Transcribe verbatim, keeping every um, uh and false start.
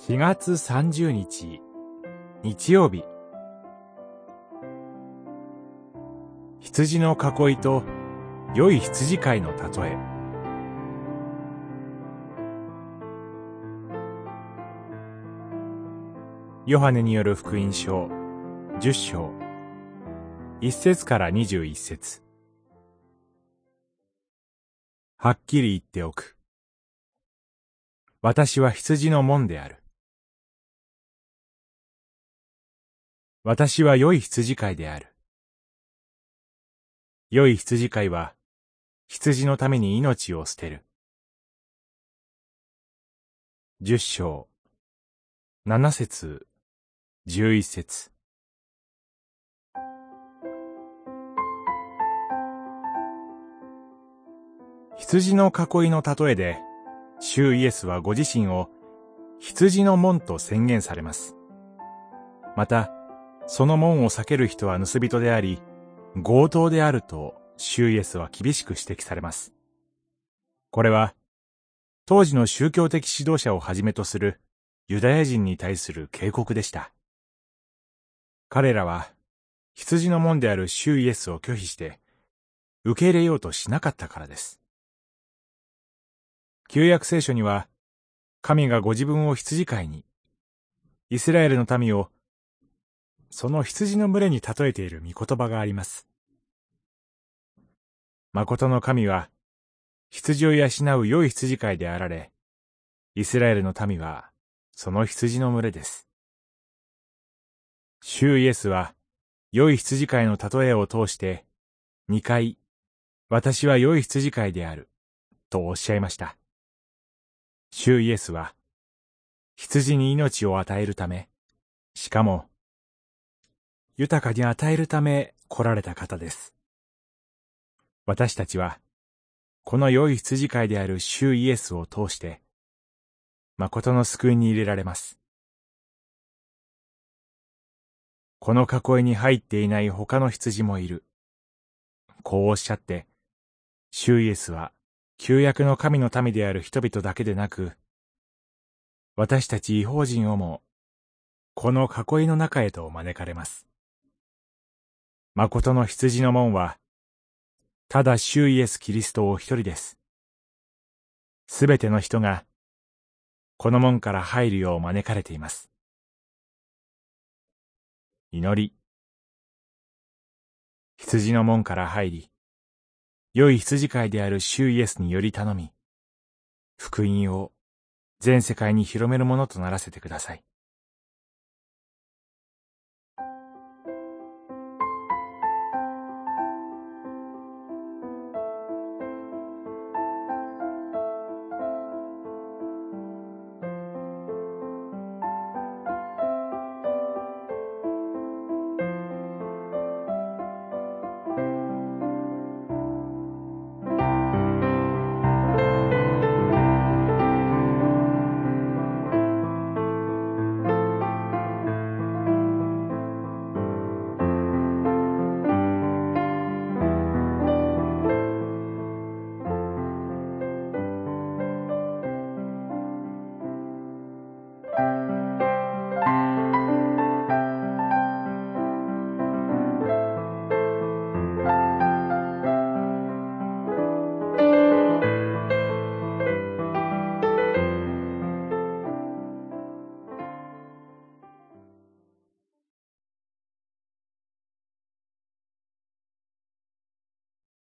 しがつさんじゅうにち、日曜日。羊の囲いと良い羊飼いの例え。ヨハネによる福音書じゅっしょう、いっせつからにじゅういっせつ。はっきり言っておく。私は羊の門である。私は良い羊飼いである。良い羊飼いは、羊のために命を捨てる。じゅっしょう、ななせつ、じゅういっせつ。羊の囲いの例えで、主イエスはご自身を羊の門と宣言されます。また、その門を避ける人は盗人であり、強盗であると主イエスは厳しく指摘されます。これは、当時の宗教的指導者をはじめとするユダヤ人に対する警告でした。彼らは、羊の門である主イエスを拒否して、受け入れようとしなかったからです。旧約聖書には、神がご自分を羊飼いに、イスラエルの民を、その羊の群れに例えている御言葉があります。誠の神は、羊を養う良い羊飼いであられ、イスラエルの民は、その羊の群れです。主イエスは、良い羊飼いの例えを通して、にかい、私は良い羊飼いである、とおっしゃいました。主イエスは、羊に命を与えるため、しかも、豊かに与えるため来られた方です。私たちは、この良い羊飼いである主イエスを通して、誠の救いに入れられます。この囲いに入っていない他の羊もいる。こうおっしゃって、主イエスは、旧約の神の民である人々だけでなく、私たち異邦人をも、この囲いの中へと招かれます。誠の羊の門は、ただ主イエス・キリストお一人です。すべての人が、この門から入るよう招かれています。祈り。羊の門から入り、良い羊飼いである主イエスにより頼み、福音を全世界に広めるものとならせてください。